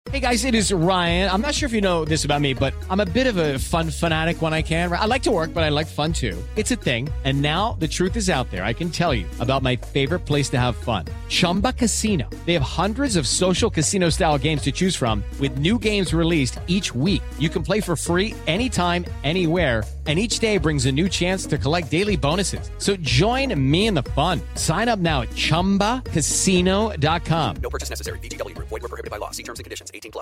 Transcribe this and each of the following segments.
Hey guys, it is Ryan. I'm not sure if you know this about me, but I'm a bit of a fun fanatic when I can. I like to work, but I like fun too. It's a thing. And now the truth is out there. I can tell you about my favorite place to have fun. Chumba Casino. They have hundreds of social casino style games to choose from with new games released each week. You can play for free anytime, anywhere. And each day brings a new chance to collect daily bonuses. So join me in the fun. Sign up now at ChumbaCasino.com. No purchase necessary. VGW. Void where prohibited by law. See terms and conditions. 18+.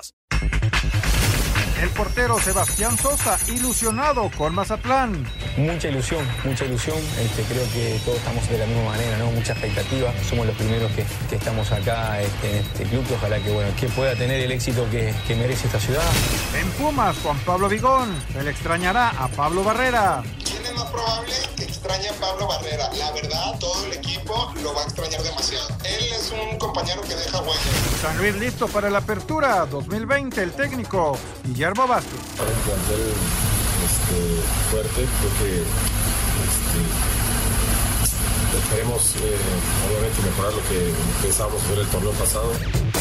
El portero Sebastián Sosa, ilusionado con Mazatlán. Mucha ilusión. Creo que todos estamos de la misma manera, ¿no? Mucha expectativa. Somos los primeros que estamos acá en este club. Ojalá que pueda tener el éxito que merece esta ciudad. En Pumas, Juan Pablo Vigón. Se le extrañará a Pablo Barrera. ¿Quién es más probable que extrañe a Pablo Barrera? La verdad, todo el equipo lo va a extrañar demasiado. Él es un compañero que deja huella. San Luis listo para la apertura 2020. El técnico Guillermo Vázquez. Para un plantel fuerte, creo que esperemos obviamente mejorar lo que pensábamos ver el torneo pasado.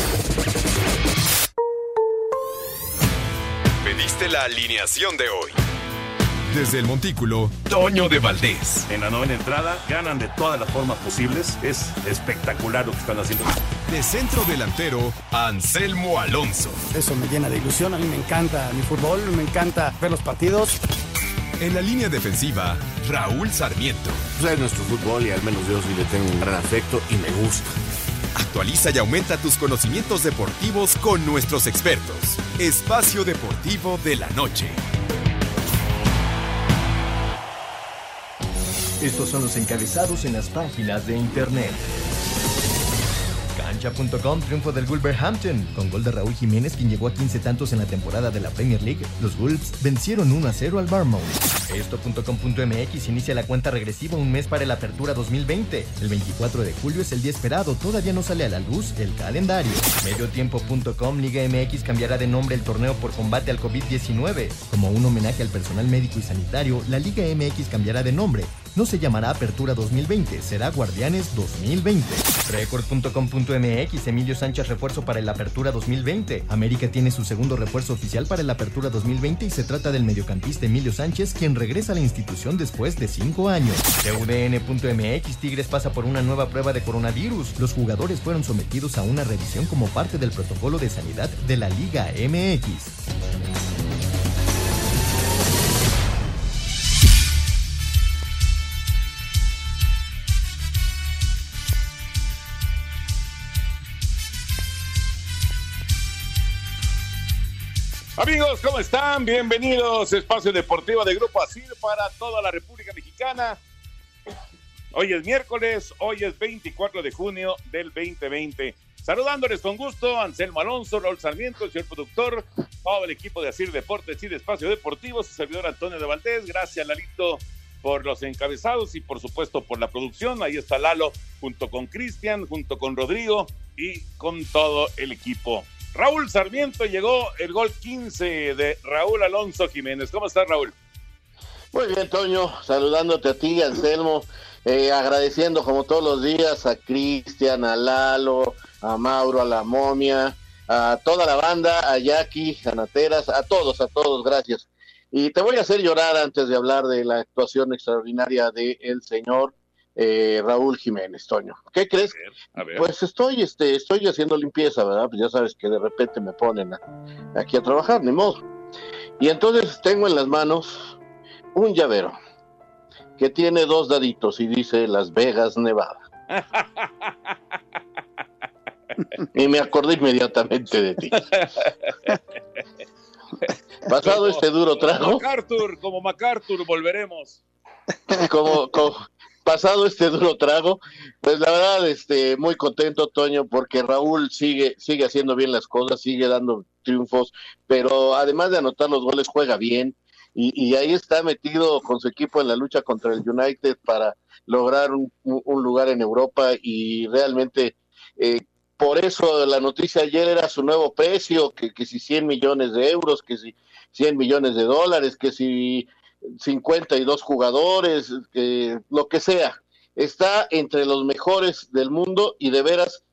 Pediste la alineación de hoy. Desde el Montículo, Toño de Valdés. En la novena entrada, ganan de todas las formas posibles. Es espectacular lo que están haciendo. De centro delantero, Anselmo Alonso. Eso me llena de ilusión. A mí me encanta mi fútbol, me encanta ver los partidos. En la línea defensiva, Raúl Sarmiento. Es nuestro fútbol y al menos yo sí le tengo un gran afecto y me gusta. Actualiza y aumenta tus conocimientos deportivos con nuestros expertos. Espacio Deportivo de la Noche. Estos son los encabezados en las páginas de internet. Cancha.com, triunfo del Wolverhampton. Con gol de Raúl Jiménez, quien llegó a 15 tantos en la temporada de la Premier League, los Wolves vencieron 1-0 al Bournemouth. Esto.com.mx inicia la cuenta regresiva un mes para la apertura 2020. El 24 de julio es el día esperado, todavía no sale a la luz el calendario. Mediotiempo.com, Liga MX cambiará de nombre el torneo por combate al COVID-19. Como un homenaje al personal médico y sanitario, la Liga MX cambiará de nombre. No se llamará Apertura 2020, será Guardianes 2020. Record.com.mx, Emilio Sánchez refuerzo para el Apertura 2020. América tiene su segundo refuerzo oficial para el Apertura 2020 y se trata del mediocampista Emilio Sánchez, quien regresa a la institución después de 5 años. TUDN.mx, Tigres pasa por una nueva prueba de coronavirus. Los jugadores fueron sometidos a una revisión como parte del protocolo de sanidad de la Liga MX. Amigos, ¿cómo están? Bienvenidos a Espacio Deportivo de Grupo ASIR para toda la República Mexicana. Hoy es miércoles, hoy es 24 de junio del 2020. Saludándoles con gusto, Anselmo Alonso, Raúl Sarmiento, el señor productor, todo el equipo de ASIR Deportes y de Espacio Deportivo, su servidor Antonio de Valdés. Gracias, Lalito, por los encabezados y por supuesto por la producción. Ahí está Lalo, junto con Cristian, junto con Rodrigo y con todo el equipo. Raúl Sarmiento, llegó el gol 15 de Raúl Alonso Jiménez. ¿Cómo estás, Raúl? Muy bien, Toño, saludándote a ti, Anselmo, agradeciendo como todos los días a Cristian, a Lalo, a Mauro, a la Momia, a toda la banda, a Jackie, a Nateras, a todos, gracias. Y te voy a hacer llorar antes de hablar de la actuación extraordinaria del señor Raúl Jiménez, Toño. ¿Qué crees? A ver. Pues estoy haciendo limpieza, ¿verdad? Pues ya sabes que de repente me ponen aquí a trabajar, ni modo. Y entonces tengo en las manos un llavero que tiene 2 daditos y dice Las Vegas, Nevada. Y me acordé inmediatamente de ti. Pasado este duro trago. Como MacArthur, volveremos. Pasado este duro trago, pues la verdad, muy contento, Toño, porque Raúl sigue haciendo bien las cosas, sigue dando triunfos, pero además de anotar los goles, juega bien, y ahí está metido con su equipo en la lucha contra el United para lograr un lugar en Europa, y realmente, por eso la noticia ayer era su nuevo precio, que si 100 millones de euros, que si 100 millones de dólares, que si 52 jugadores, lo que sea, está entre los mejores del mundo, y de veras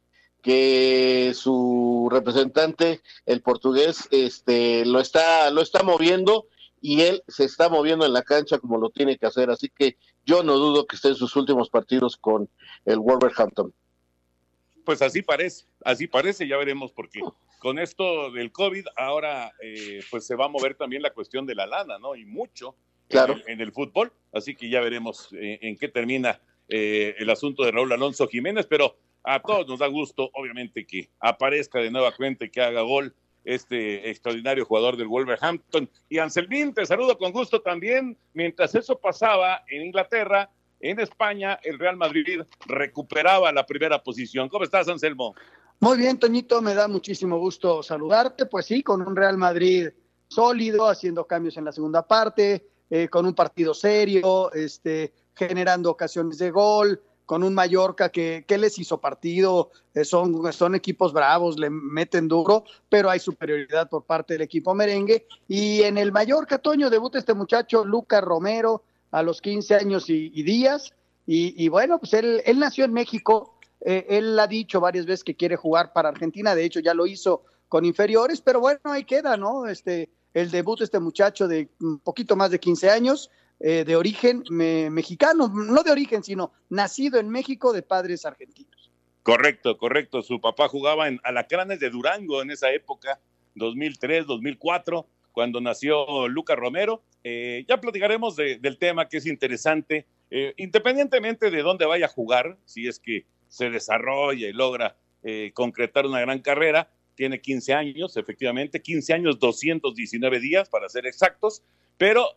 que su representante, el portugués, lo está moviendo, y él se está moviendo en la cancha como lo tiene que hacer, así que yo no dudo que esté en sus últimos partidos con el Wolverhampton. Pues así parece, ya veremos, porque con esto del COVID ahora pues se va a mover también la cuestión de la lana, ¿no? Y mucho claro. en el fútbol, así que ya veremos en qué termina el asunto de Raúl Alonso Jiménez, pero a todos nos da gusto, obviamente, que aparezca de nueva cuenta y que haga gol este extraordinario jugador del Wolverhampton. Y Anselmín, te saludo con gusto también. Mientras eso pasaba en Inglaterra, en España, el Real Madrid recuperaba la primera posición. ¿Cómo estás, Anselmo? Muy bien, Toñito, me da muchísimo gusto saludarte. Pues sí, con un Real Madrid sólido, haciendo cambios en la segunda parte, con un partido serio, generando ocasiones de gol, con un Mallorca que les hizo partido, son equipos bravos, le meten duro, pero hay superioridad por parte del equipo merengue. Y en el Mallorca, Toño, debuta este muchacho, Lucas Romero, a los 15 años y días, y bueno, pues él nació en México, él ha dicho varias veces que quiere jugar para Argentina, de hecho ya lo hizo con inferiores, pero bueno, ahí queda, ¿no? El debut de este muchacho de un poquito más de 15 años, de origen mexicano, no de origen, sino nacido en México de padres argentinos. Correcto. Su papá jugaba en Alacranes de Durango en esa época, 2003, 2004, cuando nació Lucas Romero. Ya platicaremos del tema, que es interesante, independientemente de dónde vaya a jugar, si es que se desarrolla y logra concretar una gran carrera. Tiene 15 años, efectivamente, 15 años, 219 días, para ser exactos, pero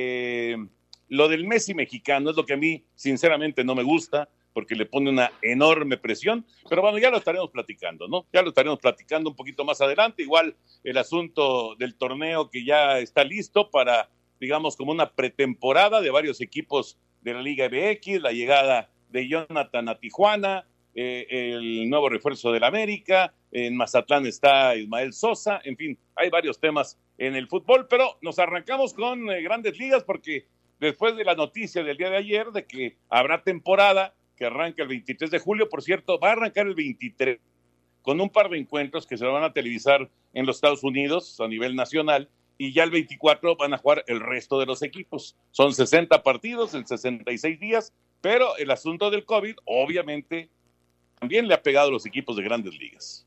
lo del Messi mexicano es lo que a mí sinceramente no me gusta, porque le pone una enorme presión, pero bueno, ya lo estaremos platicando, ¿no? Ya lo estaremos platicando un poquito más adelante, igual el asunto del torneo que ya está listo para, digamos, como una pretemporada de varios equipos de la Liga MX, la llegada de Jonathan a Tijuana, el nuevo refuerzo del América, en Mazatlán está Ismael Sosa, en fin, hay varios temas en el fútbol, pero nos arrancamos con Grandes Ligas, porque después de la noticia del día de ayer de que habrá temporada que arranca el 23 de julio, por cierto, va a arrancar el 23 con un par de encuentros que se van a televisar en los Estados Unidos a nivel nacional, y ya el 24 van a jugar el resto de los equipos. Son 60 partidos en 66 días, pero el asunto del COVID obviamente también le ha pegado a los equipos de Grandes Ligas.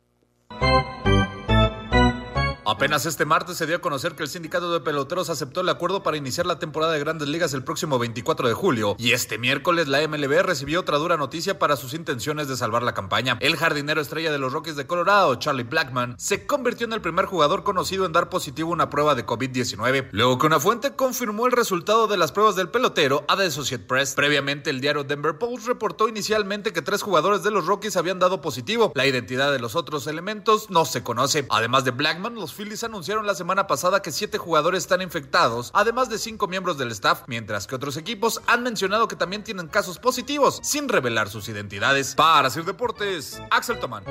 Apenas este martes se dio a conocer que el sindicato de peloteros aceptó el acuerdo para iniciar la temporada de Grandes Ligas el próximo 24 de julio, y este miércoles la MLB recibió otra dura noticia para sus intenciones de salvar la campaña. El jardinero estrella de los Rockies de Colorado, Charlie Blackmon, se convirtió en el primer jugador conocido en dar positivo una prueba de COVID-19, luego que una fuente confirmó el resultado de las pruebas del pelotero a The Associated Press. Previamente, el diario Denver Post reportó inicialmente que 3 jugadores de los Rockies habían dado positivo. La identidad de los otros elementos no se conoce. Además de Blackmon, los Phillies anunciaron la semana pasada que 7 jugadores están infectados, además de 5 miembros del staff, mientras que otros equipos han mencionado que también tienen casos positivos, sin revelar sus identidades. Para Sir Deportes, Axel Tomán.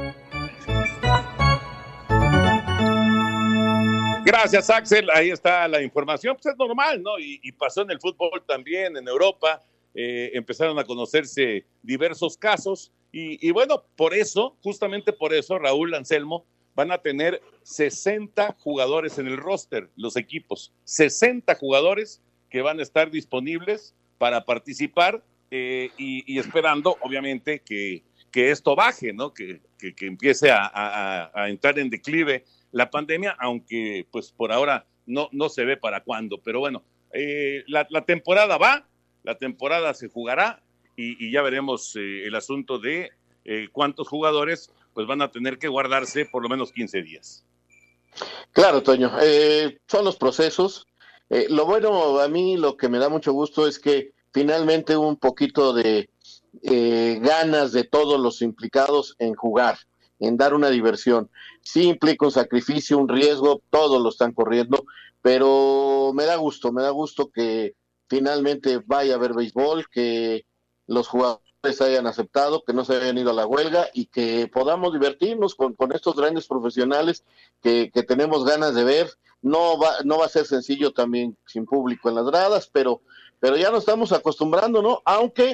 Gracias, Axel. Ahí está la información. Pues es normal, ¿no? Y pasó en el fútbol también, en Europa. Empezaron a conocerse diversos casos. Y bueno, por eso, justamente por eso, Raúl, Anselmo, van a tener 60 jugadores en el roster, los equipos. 60 jugadores que van a estar disponibles para participar y esperando, obviamente, que esto baje, ¿no? Que empiece a entrar en declive la pandemia, aunque pues por ahora no se ve para cuándo. Pero bueno, la temporada va, la temporada se jugará y ya veremos el asunto de cuántos jugadores pues van a tener que guardarse por lo menos 15 días. Claro, Toño, son los procesos. Lo bueno, a mí lo que me da mucho gusto es que finalmente un poquito de ganas de todos los implicados en jugar, en dar una diversión. Sí implica un sacrificio, un riesgo, todos lo están corriendo, pero me da gusto que finalmente vaya a haber béisbol, que los jugadores hayan aceptado, que no se hayan ido a la huelga y que podamos divertirnos con estos grandes profesionales que tenemos ganas de ver. No va a ser sencillo también sin público en las gradas, pero ya nos estamos acostumbrando, ¿no? Aunque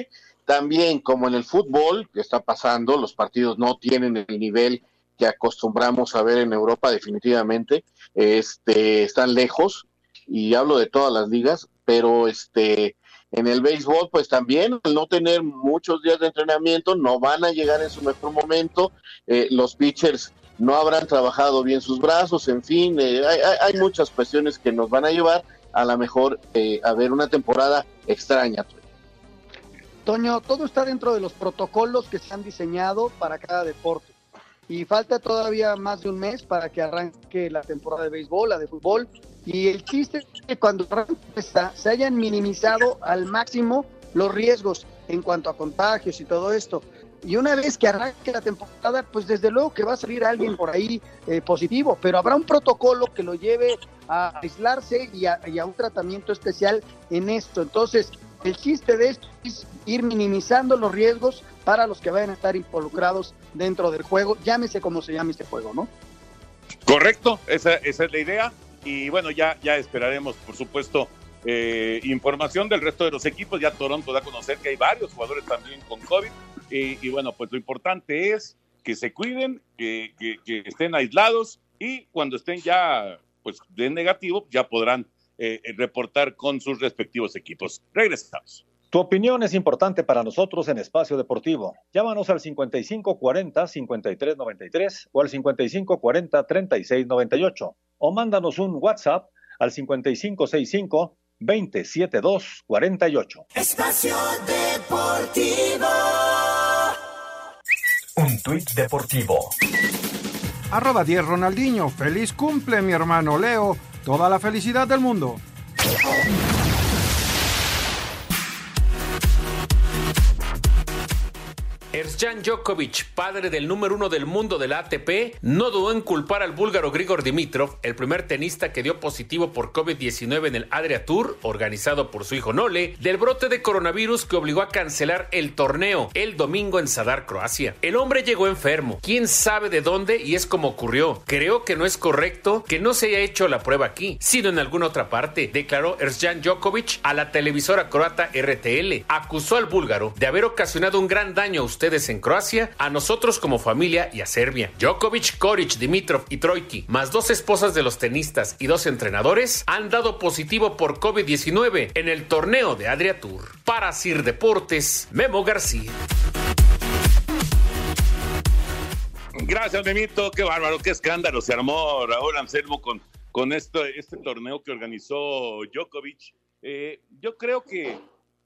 también, como en el fútbol, que está pasando, los partidos no tienen el nivel que acostumbramos a ver en Europa, definitivamente, están lejos, y hablo de todas las ligas, pero en el béisbol, pues también, al no tener muchos días de entrenamiento, no van a llegar en su mejor momento, los pitchers no habrán trabajado bien sus brazos, en fin, hay muchas cuestiones que nos van a llevar a lo mejor a ver una temporada extraña. Toño, todo está dentro de los protocolos que se han diseñado para cada deporte. Y falta todavía más de un mes para que arranque la temporada de béisbol, la de fútbol. Y el chiste es que cuando arranque se hayan minimizado al máximo los riesgos en cuanto a contagios y todo esto. Y una vez que arranque la temporada, pues desde luego que va a salir alguien por ahí positivo, pero habrá un protocolo que lo lleve a aislarse y a un tratamiento especial en esto. Entonces, el chiste de esto es ir minimizando los riesgos para los que vayan a estar involucrados dentro del juego, llámese como se llame este juego, ¿no? Correcto, esa es la idea. Y bueno, ya esperaremos, por supuesto, información del resto de los equipos. Ya Toronto da a conocer que hay varios jugadores también con COVID. Y bueno, pues lo importante es que se cuiden, que estén aislados, y cuando estén ya pues de negativo, ya podrán reportar con sus respectivos equipos. Regresamos. Tu opinión es importante para nosotros en Espacio Deportivo. Llámanos al 5540-5393 o al 5540-3698 o mándanos un WhatsApp al 5565-27248. Espacio Deportivo. Un tuit deportivo. @10 Ronaldinho, feliz cumple mi hermano Leo, toda la felicidad del mundo. Erjan Djokovic, padre del número 1 del mundo de la ATP, no dudó en culpar al búlgaro Grigor Dimitrov, el primer tenista que dio positivo por COVID-19 en el Adria Tour, organizado por su hijo Nole, del brote de coronavirus que obligó a cancelar el torneo el domingo en Zadar, Croacia. El hombre llegó enfermo, quién sabe de dónde y es como ocurrió. Creo que no es correcto que no se haya hecho la prueba aquí, sino en alguna otra parte, declaró Erjan Djokovic a la televisora croata RTL. Acusó al búlgaro de haber ocasionado un gran daño a ustedes en Croacia, a nosotros como familia y a Serbia. Djokovic, Koric, Dimitrov y Trojki, más 2 esposas de los tenistas y 2 entrenadores, han dado positivo por COVID-19 en el torneo de Adria Tour. Para Sir Deportes, Memo García. Gracias, Memito. Qué bárbaro, qué escándalo se armó Raúl Anselmo con este torneo que organizó Djokovic. Yo creo que,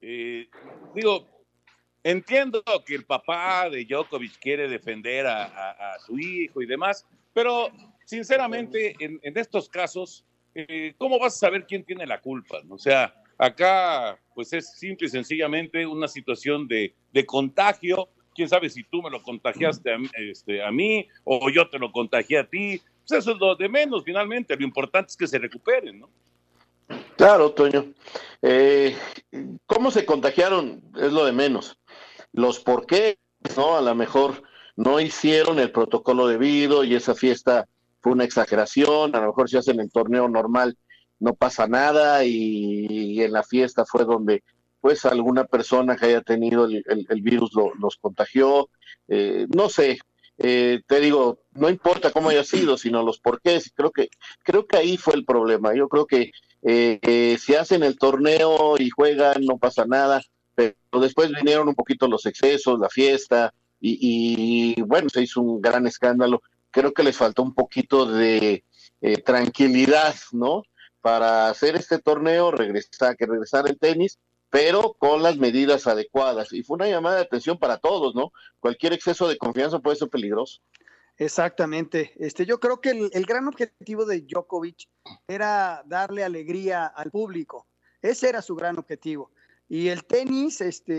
entiendo que el papá de Djokovic quiere defender a su hijo y demás, pero sinceramente en estos casos, ¿cómo vas a saber quién tiene la culpa? O sea, acá pues es simple y sencillamente una situación de contagio. Quién sabe si tú me lo contagiaste a mí o yo te lo contagié a ti. Pues eso es lo de menos finalmente. Lo importante es que se recuperen, ¿no? Claro, Toño. ¿Cómo se contagiaron? Es lo de menos. Los por qué, ¿no? A lo mejor no hicieron el protocolo debido y esa fiesta fue una exageración. A lo mejor si hacen el torneo normal no pasa nada y en la fiesta fue donde pues alguna persona que haya tenido el virus los contagió. No sé, te digo, no importa cómo haya sido, sino los porqués. Creo que ahí fue el problema. Yo creo que si hacen el torneo y juegan no pasa nada, pero después vinieron un poquito los excesos, la fiesta y bueno, se hizo un gran escándalo. Creo que les faltó un poquito de tranquilidad, ¿no? Para hacer este torneo, regresar el tenis, pero con las medidas adecuadas. Y fue una llamada de atención para todos, ¿no? Cualquier exceso de confianza puede ser peligroso. Exactamente. Yo creo que el gran objetivo de Djokovic era darle alegría al público. Ese era su gran objetivo. Y el tenis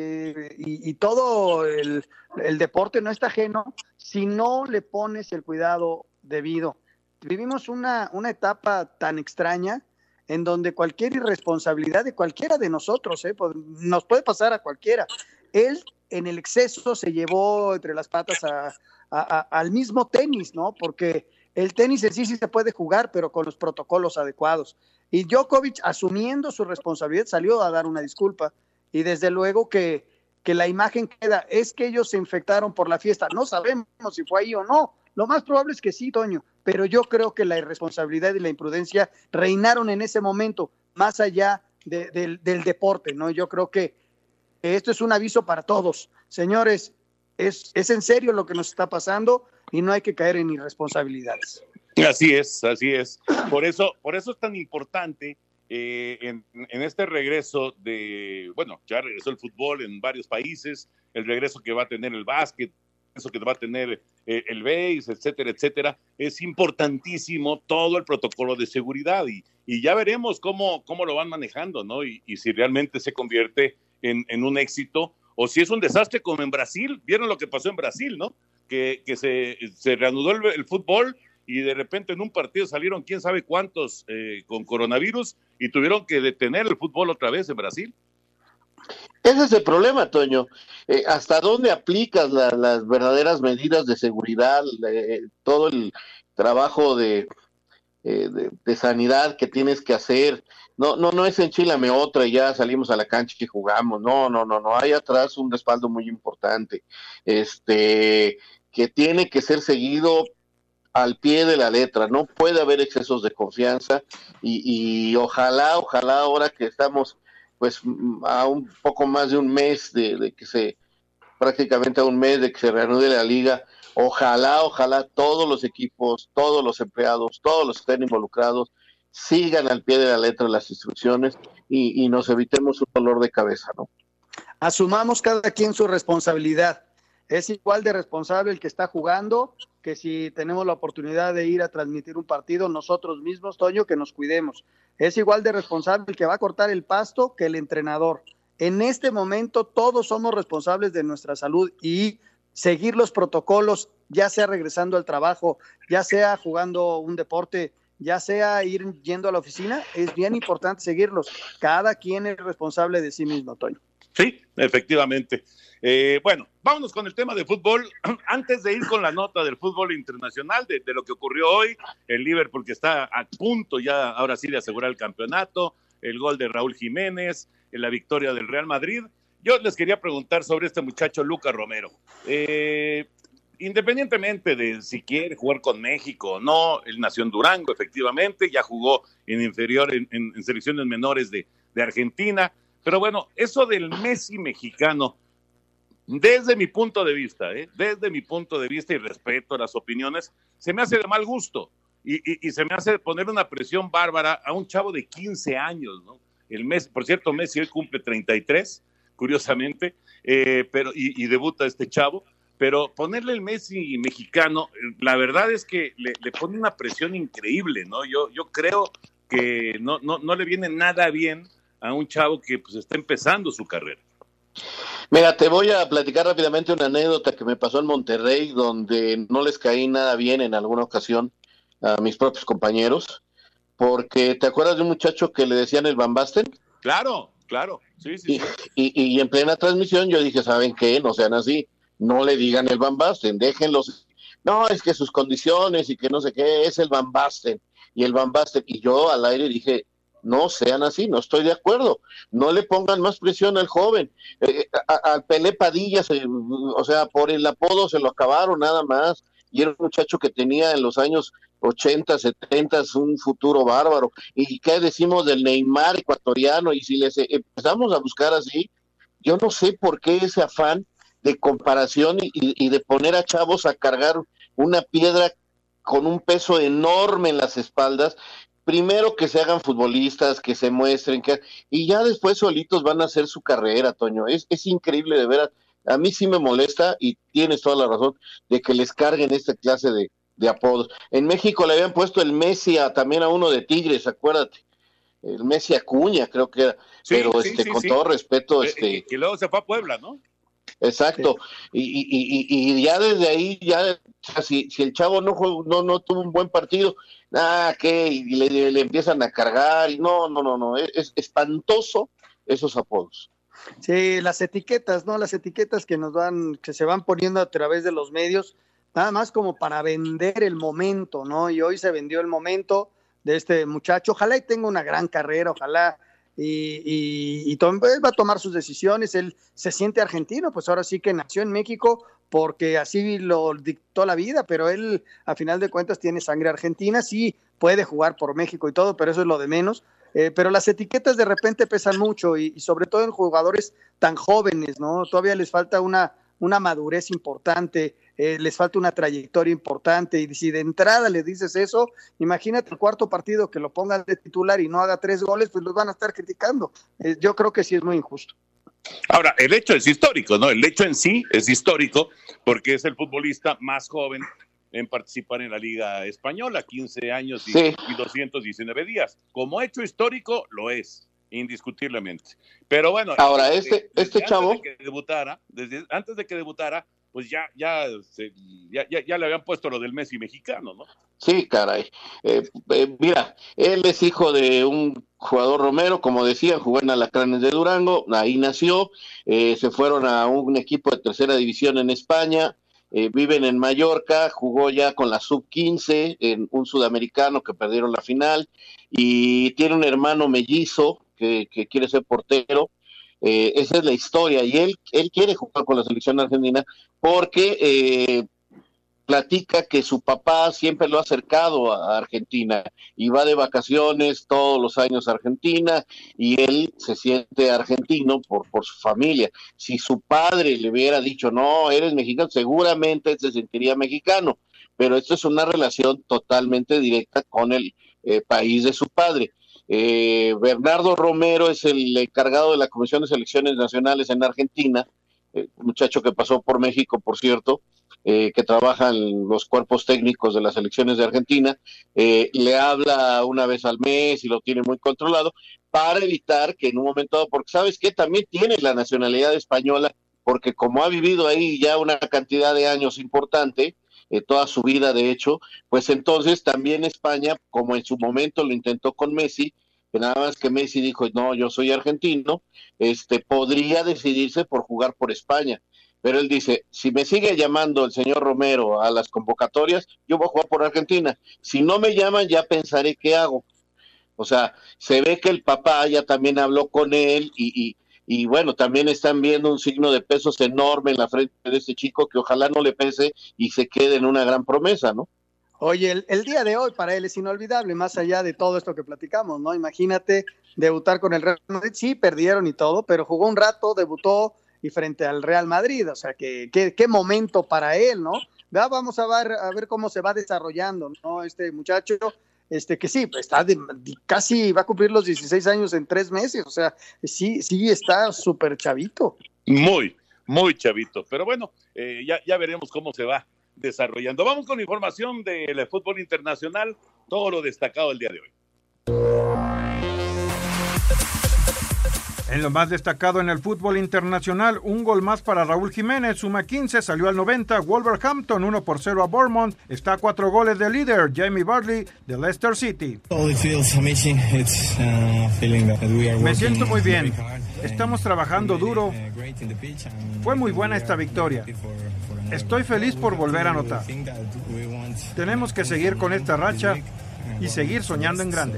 y todo el deporte no está ajeno si no le pones el cuidado debido. Vivimos una etapa tan extraña en donde cualquier irresponsabilidad de cualquiera de nosotros, nos puede pasar a cualquiera. Él en el exceso se llevó entre las patas al mismo tenis, ¿no? Porque el tenis en sí se puede jugar, pero con los protocolos adecuados. Y Djokovic, asumiendo su responsabilidad, salió a dar una disculpa. Y desde luego que que la imagen queda, es que ellos se infectaron por la fiesta. No sabemos si fue ahí o no. Lo más probable es que sí, Toño, pero yo creo que la irresponsabilidad y la imprudencia reinaron en ese momento, más allá del deporte, ¿no? Yo creo que esto es un aviso para todos. Señores, es en serio lo que nos está pasando y no hay que caer en irresponsabilidades. Así es, así es. Por eso es tan importante en este regreso ya regresó el fútbol en varios países, el regreso que va a tener el básquet, eso que va a tener el béis, etcétera, etcétera. Es importantísimo todo el protocolo de seguridad y ya veremos cómo lo van manejando, ¿no? Y si realmente se convierte en un éxito o si es un desastre como en Brasil. ¿Vieron lo que pasó en Brasil, no? Que se reanudó el fútbol y de repente en un partido salieron quién sabe cuántos con coronavirus y tuvieron que detener el fútbol otra vez en Brasil. Ese es el problema, Toño. ¿Hasta dónde aplicas las verdaderas medidas de seguridad, todo el trabajo de sanidad que tienes que hacer? No es enchilame otra y ya salimos a la cancha y jugamos. No. Hay atrás un respaldo muy importante, que tiene que ser seguido al pie de la letra. No puede haber excesos de confianza y ojalá ahora que estamos pues a un poco más de un mes prácticamente a un mes de que se reanude la liga, ojalá todos los equipos, todos los empleados, todos los que estén involucrados sigan al pie de la letra las instrucciones y nos evitemos un dolor de cabeza, ¿no? Asumamos cada quien su responsabilidad. Es igual de responsable el que está jugando que si tenemos la oportunidad de ir a transmitir un partido nosotros mismos, Toño, que nos cuidemos. Es igual de responsable el que va a cortar el pasto que el entrenador. En este momento todos somos responsables de nuestra salud y seguir los protocolos, ya sea regresando al trabajo, ya sea jugando un deporte, ya sea yendo a la oficina, es bien importante seguirlos. Cada quien es responsable de sí mismo, Toño. Sí, efectivamente. Bueno, vámonos con el tema de fútbol. Antes de ir con la nota del fútbol internacional, de lo que ocurrió hoy, el Liverpool que está a punto ya, ahora sí, de asegurar el campeonato, el gol de Raúl Jiménez, la victoria del Real Madrid. Yo les quería preguntar sobre este muchacho Lucas Romero. Independientemente de si quiere jugar con México o no, él nació en Durango, efectivamente, ya jugó en inferior, en selecciones menores de Argentina. Pero bueno, eso del Messi mexicano, desde mi punto de vista, y respeto a las opiniones, se me hace de mal gusto y se me hace poner una presión bárbara a un chavo de 15 años, ¿no? Por cierto, Messi hoy cumple 33, curiosamente, y debuta este chavo, pero ponerle el Messi mexicano, la verdad es que le pone una presión increíble, ¿no? Yo creo que no le viene nada bien a un chavo que pues está empezando su carrera. Mira, te voy a platicar rápidamente una anécdota que me pasó en Monterrey, donde no les caí nada bien en alguna ocasión a mis propios compañeros, porque ¿te acuerdas de un muchacho que le decían el Van Basten? Claro, sí. Y en plena transmisión yo dije, ¿saben qué? No sean así, no le digan el Van Basten, déjenlos. No, es que sus condiciones y que no sé qué, es el Van Basten, y el Van Basten, y yo al aire dije, no sean así, no estoy de acuerdo, no le pongan más presión al joven, al Pelé Padilla, o sea, por el apodo se lo acabaron nada más, y era un muchacho que tenía en los años 80, 70 un futuro bárbaro, y qué decimos del Neymar ecuatoriano, y si les empezamos a buscar así, yo no sé por qué ese afán de comparación y de poner a chavos a cargar una piedra con un peso enorme en las espaldas. Primero que se hagan futbolistas, que se muestren, y ya después solitos van a hacer su carrera, Toño. Es increíble, de veras. A mí sí me molesta, y tienes toda la razón, de que les carguen esta clase de apodos. En México le habían puesto el Messi también a uno de Tigres, acuérdate. El Messi Acuña, creo que era. Sí, pero con todo respeto. Que luego se fue a Puebla, ¿no? Exacto, sí. Y ya desde ahí, ya si el chavo no tuvo un buen partido, y le empiezan a cargar, y no, es espantoso esos apodos. Sí, las etiquetas, ¿no? Las etiquetas que se van poniendo a través de los medios, nada más como para vender el momento, ¿no? Y hoy se vendió el momento de este muchacho, ojalá y tenga una gran carrera, ojalá y él va a tomar sus decisiones. Él se siente argentino, pues ahora sí que nació en México porque así lo dictó la vida, pero él a final de cuentas tiene sangre argentina, sí puede jugar por México y todo, pero eso es lo de menos. Pero las etiquetas de repente pesan mucho y sobre todo en jugadores tan jóvenes, ¿no? Todavía les falta una madurez importante, les falta una trayectoria importante, y si de entrada les dices eso, imagínate el cuarto partido que lo pongan de titular y no haga 3 goles, pues los van a estar criticando. Yo creo que sí es muy injusto. Ahora, el hecho es histórico, ¿no? El hecho en sí es histórico porque es el futbolista más joven en participar en la Liga Española, 15 años y 219 días. Como hecho histórico, lo es, indiscutiblemente. Pero bueno, ahora este chavo, antes de que debutara, pues ya le habían puesto lo del Messi mexicano, ¿no? Sí, caray. Mira, él es hijo de un jugador Romero, como decían, jugó en Alacranes de Durango, ahí nació, se fueron a un equipo de tercera división en España, viven en Mallorca, jugó ya con la sub-15 en un sudamericano que perdieron la final, y tiene un hermano mellizo que quiere ser portero. Esa es la historia, y él quiere jugar con la selección argentina porque platica que su papá siempre lo ha acercado a Argentina y va de vacaciones todos los años a Argentina, y él se siente argentino por su familia. Si su padre le hubiera dicho, no, eres mexicano, seguramente se sentiría mexicano, pero esto es una relación totalmente directa con el país de su padre. Bernardo Romero es el encargado de la Comisión de Selecciones Nacionales en Argentina, un muchacho que pasó por México, por cierto, que trabaja en los cuerpos técnicos de las selecciones de Argentina, le habla una vez al mes y lo tiene muy controlado para evitar que en un momento dado, porque sabes que también tiene la nacionalidad española, porque como ha vivido ahí ya una cantidad de años importante, toda su vida de hecho, pues entonces también España, como en su momento lo intentó con Messi, que nada más que Messi dijo, no, yo soy argentino, podría decidirse por jugar por España. Pero él dice, si me sigue llamando el señor Romero a las convocatorias, yo voy a jugar por Argentina. Si no me llaman, ya pensaré qué hago. O sea, se ve que el papá ya también habló con él y bueno, también están viendo un signo de pesos enorme en la frente de este chico que ojalá no le pese y se quede en una gran promesa, ¿no? Oye, el día de hoy para él es inolvidable, más allá de todo esto que platicamos, ¿no? Imagínate debutar con el Real Madrid, sí, perdieron y todo, pero jugó un rato, debutó y frente al Real Madrid, o sea, qué momento para él, ¿no? Ya vamos a ver cómo se va desarrollando, ¿no? Este muchacho, que sí, está casi va a cumplir los 16 años en 3 meses, o sea, sí está súper chavito. Muy, muy chavito, pero bueno, ya veremos cómo se va desarrollando. Vamos con información del fútbol internacional, todo lo destacado el día de hoy. En lo más destacado en el fútbol internacional, un gol más para Raúl Jiménez, suma 15, salió al 90, Wolverhampton 1-0 a Bournemouth, está a 4 goles de líder, Jamie Vardy de Leicester City. Me siento muy bien, estamos trabajando duro, fue muy buena esta victoria, estoy feliz por volver a anotar, tenemos que seguir con esta racha y seguir soñando en grande.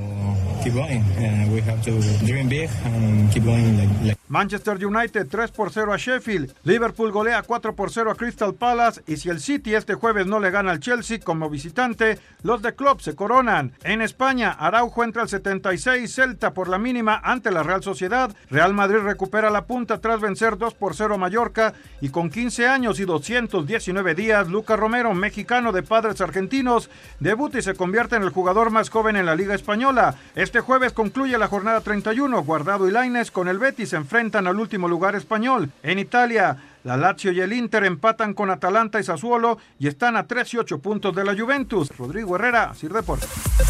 Manchester United 3-0 a Sheffield, Liverpool golea 4-0 a Crystal Palace, y si el City este jueves no le gana al Chelsea como visitante, los de Klopp se coronan. En España, Araujo entra al 76, Celta por la mínima ante la Real Sociedad, Real Madrid recupera la punta tras vencer 2-0 a Mallorca, y con 15 años y 219 días, Lucas Romero, mexicano de padres argentinos, debuta y se convierte en el jugador más joven en la Liga Española. Este jueves concluye la jornada 31, Guardado y Lainez con el Betis se enfrentan al último lugar español. En Italia, la Lazio y el Inter empatan con Atalanta y Sassuolo y están a 3 y 8 puntos de la Juventus. Rodrigo Herrera, Sir Deportes.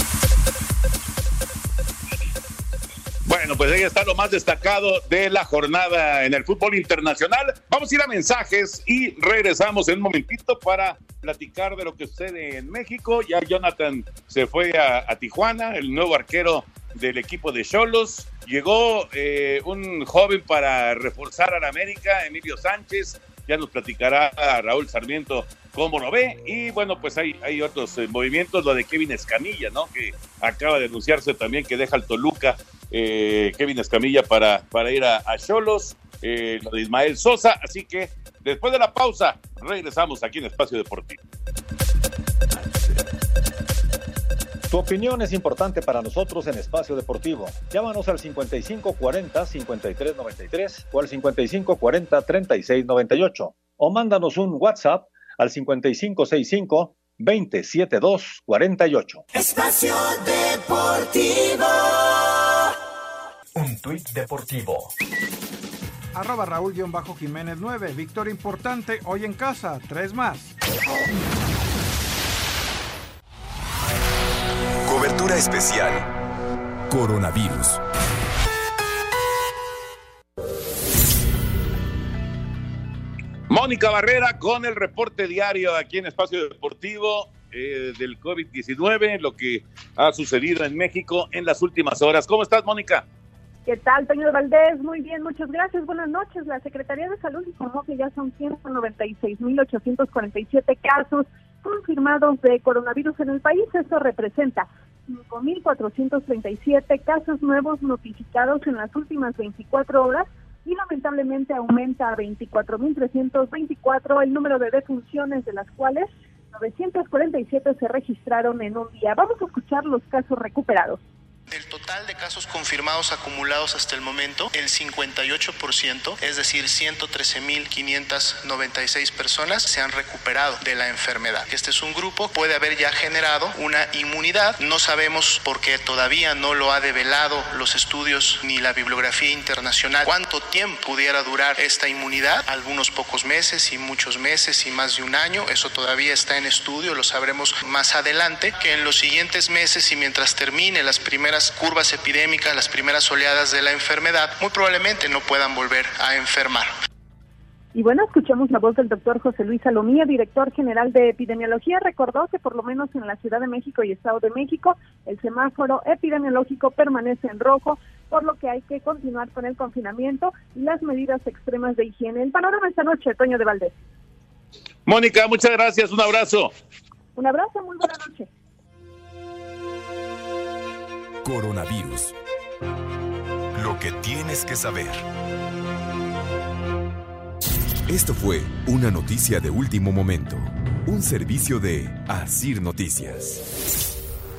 Bueno, pues ahí está lo más destacado de la jornada en el fútbol internacional. Vamos a ir a mensajes y regresamos en un momentito para platicar de lo que sucede en México. Ya Jonathan se fue a Tijuana, el nuevo arquero del equipo de Xolos. Llegó un joven para reforzar a la América, Emilio Sánchez. Ya nos platicará Raúl Sarmiento cómo lo ve. Y bueno, pues hay otros movimientos, lo de Kevin Escamilla, ¿no? Que acaba de anunciarse también que deja el Toluca Kevin Escamilla para ir a Xolos, lo de Ismael Sosa, así que después de la pausa regresamos aquí en Espacio Deportivo. Tu opinión es importante para nosotros en Espacio Deportivo. Llámanos al 5540-5393 o al 5540-3698 o mándanos un WhatsApp al 5565-27248. Espacio Deportivo. Un tuit deportivo. @Raúl_Jiménez 9. Victoria importante hoy en casa. 3 más. Cobertura especial. Coronavirus. Mónica Barrera con el reporte diario aquí en Espacio Deportivo del COVID-19, lo que ha sucedido en México en las últimas horas. ¿Cómo estás, Mónica? ¿Qué tal, Toño de Valdés? Muy bien, muchas gracias. Buenas noches. La Secretaría de Salud informó que ya son 196,847 casos confirmados de coronavirus en el país. Eso representa 5,437 casos nuevos notificados en las últimas 24 horas y lamentablemente aumenta a 24,324 el número de defunciones, de las cuales 947 se registraron en un día. Vamos a escuchar los casos recuperados. Del total de casos confirmados acumulados hasta el momento, el 58%, es decir, 113,596 personas se han recuperado de la enfermedad. Este es un grupo, puede haber ya generado una inmunidad. No sabemos, porque todavía no lo ha develado los estudios ni la bibliografía internacional, cuánto tiempo pudiera durar esta inmunidad. Algunos pocos meses y muchos meses y más de un año. Eso todavía está en estudio, lo sabremos más adelante, que en los siguientes meses y mientras termine las primeras curvas epidémicas, las primeras oleadas de la enfermedad, muy probablemente no puedan volver a enfermar. Y bueno, escuchamos la voz del doctor José Luis Salomía, director general de epidemiología. Recordó que por lo menos en la Ciudad de México y Estado de México, el semáforo epidemiológico permanece en rojo, por lo que hay que continuar con el confinamiento y las medidas extremas de higiene. El panorama esta noche, Toño de Valdés. Mónica, muchas gracias, un abrazo. Un abrazo, muy buena noche. Coronavirus. Lo que tienes que saber. Esto fue una noticia de último momento. Un servicio de Asir Noticias.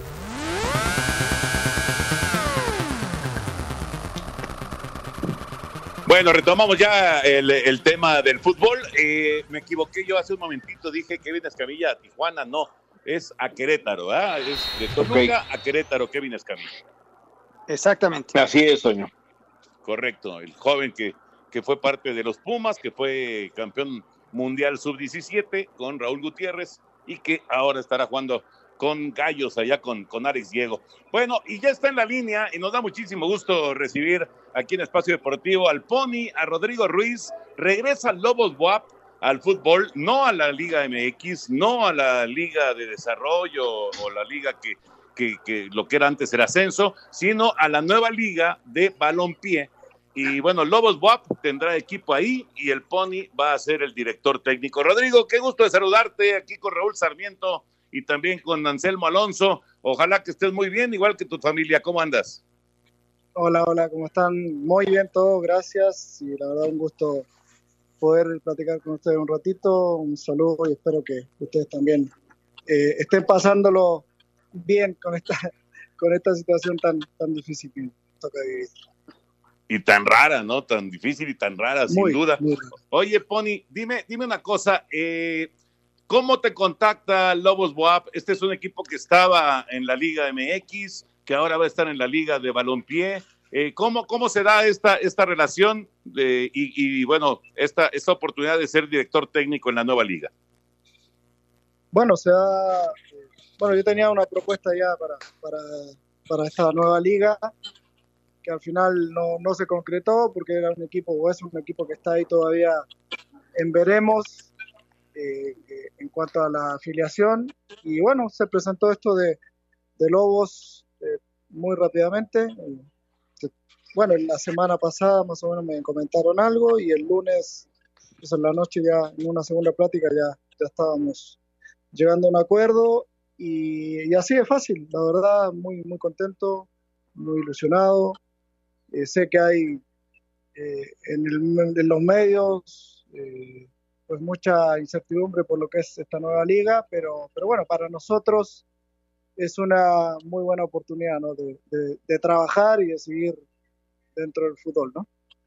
Bueno, retomamos ya el tema del fútbol. Me equivoqué yo hace un momentito, dije Kevin Escamilla a Tijuana, no. Es a Querétaro, ¿verdad? Es de Toluca a Querétaro, Kevin Escamilla. Exactamente. Así es, Toño. Correcto, el joven que fue parte de los Pumas, que fue campeón mundial sub-17 con Raúl Gutiérrez y que ahora estará jugando con Gallos allá con Alex Diego. Bueno, y ya está en la línea y nos da muchísimo gusto recibir aquí en Espacio Deportivo al Pony, a Rodrigo Ruiz. Regresa al Lobos BUAP al fútbol, no a la Liga MX, no a la Liga de Desarrollo o la liga que lo que era antes el ascenso, sino a la nueva liga de balompié. Y bueno, Lobos BUAP tendrá equipo ahí y el Pony va a ser el director técnico. Rodrigo, qué gusto de saludarte aquí con Raúl Sarmiento y también con Anselmo Alonso. Ojalá que estés muy bien, igual que tu familia. ¿Cómo andas? Hola, ¿cómo están? Muy bien todo, gracias. Y la verdad un gusto poder platicar con ustedes un ratito. Un saludo y espero que ustedes también estén pasándolo bien con esta situación tan difícil que toca vivir. Y tan rara, ¿no? Tan difícil y tan rara, sin duda. Oye, Pony, dime una cosa. ¿Cómo te contacta Lobos BUAP? Este es un equipo que estaba en la Liga MX, que ahora va a estar en la Liga de Balompié. ¿Cómo se da esta relación y bueno, esta oportunidad de ser director técnico en la nueva liga? Bueno, yo tenía una propuesta ya para esta nueva liga, que al final no se concretó porque era un equipo, o es un equipo que está ahí todavía en veremos en cuanto a la afiliación. Y bueno, se presentó esto de Lobos muy rápidamente. Bueno, la semana pasada más o menos me comentaron algo y el lunes, pues en la noche ya en una segunda plática ya estábamos llegando a un acuerdo y así de fácil, la verdad, muy, muy contento, muy ilusionado Sé que hay en los medios pues mucha incertidumbre por lo que es esta nueva liga, pero bueno, para nosotros es una muy buena oportunidad, ¿no? de trabajar y de seguir dentro del fútbol, ¿no?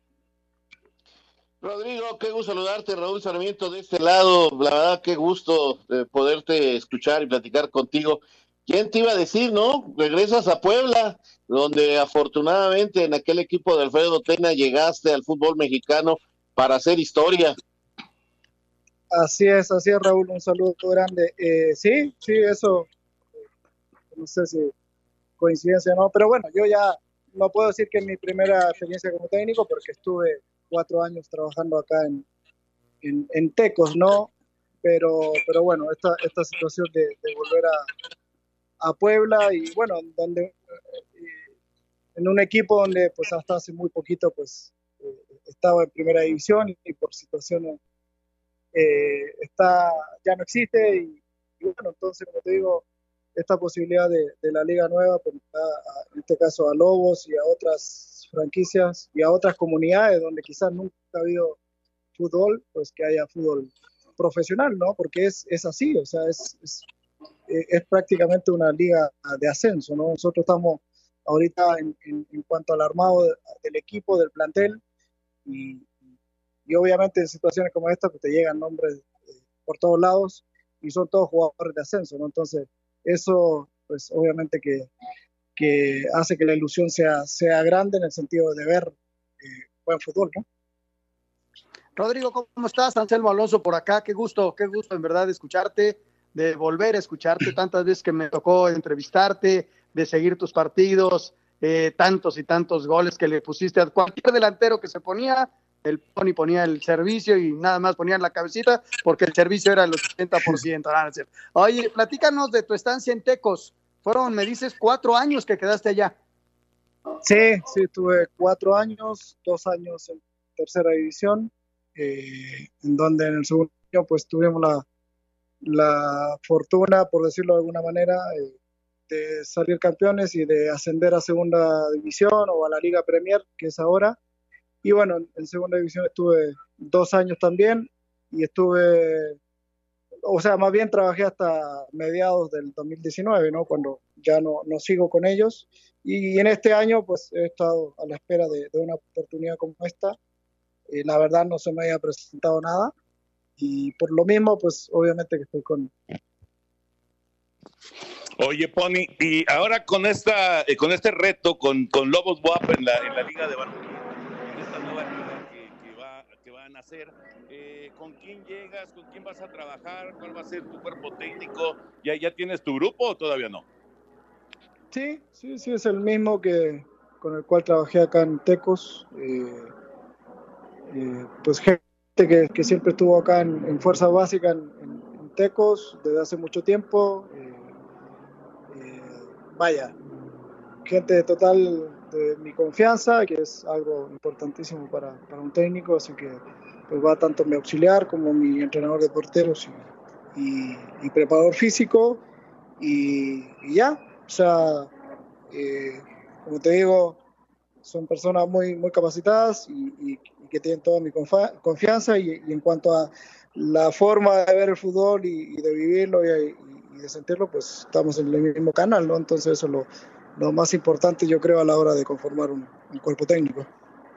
Rodrigo, qué gusto saludarte, Raúl Sarmiento de este lado, la verdad qué gusto poderte escuchar y platicar contigo. ¿Quién te iba a decir, no? Regresas a Puebla, donde afortunadamente en aquel equipo de Alfredo Tena llegaste al fútbol mexicano para hacer historia. Así es, Raúl, un saludo grande. Sí, eso, no sé si coincidencia o no, pero bueno, yo ya no puedo decir que es mi primera experiencia como técnico, porque estuve 4 años trabajando acá en Tecos, ¿no? Pero bueno, esta situación de volver a Puebla y bueno, donde en un equipo donde pues hasta hace muy poquito pues estaba en primera división y por situaciones ya no existe y bueno, entonces como te digo, esta posibilidad de la liga nueva pues, en este caso a Lobos y a otras franquicias y a otras comunidades donde quizás nunca ha habido fútbol, pues que haya fútbol profesional, ¿no? Porque es así, o sea, es prácticamente una liga de ascenso, ¿no? Nosotros estamos ahorita en cuanto al armado del equipo, del plantel, y obviamente en situaciones como esta pues te llegan nombres por todos lados y son todos jugadores de ascenso, ¿no? Entonces eso pues obviamente que hace que la ilusión sea grande en el sentido de ver buen fútbol, ¿no? Rodrigo, ¿cómo estás? Anselmo Alonso por acá, qué gusto en verdad escucharte, de volver a escucharte tantas veces que me tocó entrevistarte, de seguir tus partidos, tantos y tantos goles que le pusiste a cualquier delantero que se ponía, el Pony ponía el servicio y nada más ponían la cabecita porque el servicio era el 80%. Oye, platícanos de tu estancia en Tecos. Fueron, me dices, 4 años que quedaste allá. Sí, tuve 4 años, 2 años en tercera división, en donde en el segundo año pues tuvimos la fortuna, por decirlo de alguna manera, de salir campeones y de ascender a segunda división o a la Liga Premier, que es ahora. Y bueno, en segunda división estuve 2 años también y más bien trabajé hasta mediados del 2019, ¿no? Cuando ya no sigo con ellos. Y en este año pues he estado a la espera de una oportunidad como esta. La verdad no se me había presentado nada y por lo mismo pues obviamente que estoy con... Oye, Pony, y ahora con este reto con Lobos WAP en la Liga de Barranquilla, en esta nueva liga que va a nacer, ¿con quién llegas? ¿Con quién vas a trabajar? ¿Cuál va a ser tu cuerpo técnico? ¿Ya tienes tu grupo o todavía no? Sí, es el mismo con el cual trabajé acá en Tecos. Pues gente que siempre estuvo acá en Fuerza Básica en Tecos desde hace mucho tiempo. Gente total de mi confianza, que es algo importantísimo para un técnico, así que pues va tanto mi auxiliar como mi entrenador de porteros y preparador físico y ya, o sea, como te digo, son personas muy, muy capacitadas y que tienen toda mi confianza y en cuanto a la forma de ver el fútbol y de vivirlo y de sentirlo, pues estamos en el mismo canal, ¿no? Entonces eso es lo más importante, yo creo, a la hora de conformar un cuerpo técnico.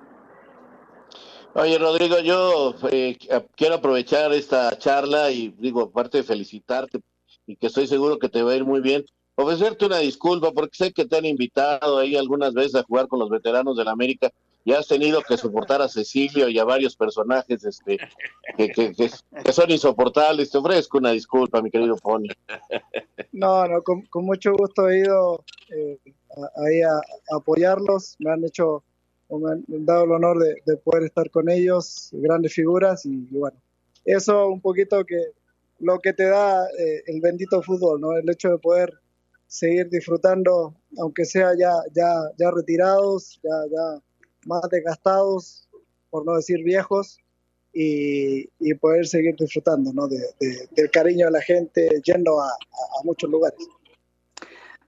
Oye, Rodrigo, yo quiero aprovechar esta charla y digo, aparte de felicitarte y que estoy seguro que te va a ir muy bien, ofrecerte una disculpa porque sé que te han invitado ahí algunas veces a jugar con los veteranos de la América y has tenido que soportar a Cecilio y a varios personajes que son insoportables. Te ofrezco una disculpa, mi querido Pony. No, con mucho gusto he ido ahí a apoyarlos. Me han dado el honor de poder estar con ellos, grandes figuras, y bueno, eso un poquito lo que te da el bendito fútbol, ¿no? El hecho de poder seguir disfrutando, aunque sea ya retirados, ya más desgastados, por no decir viejos, y poder seguir disfrutando, ¿no? del cariño de la gente yendo a muchos lugares.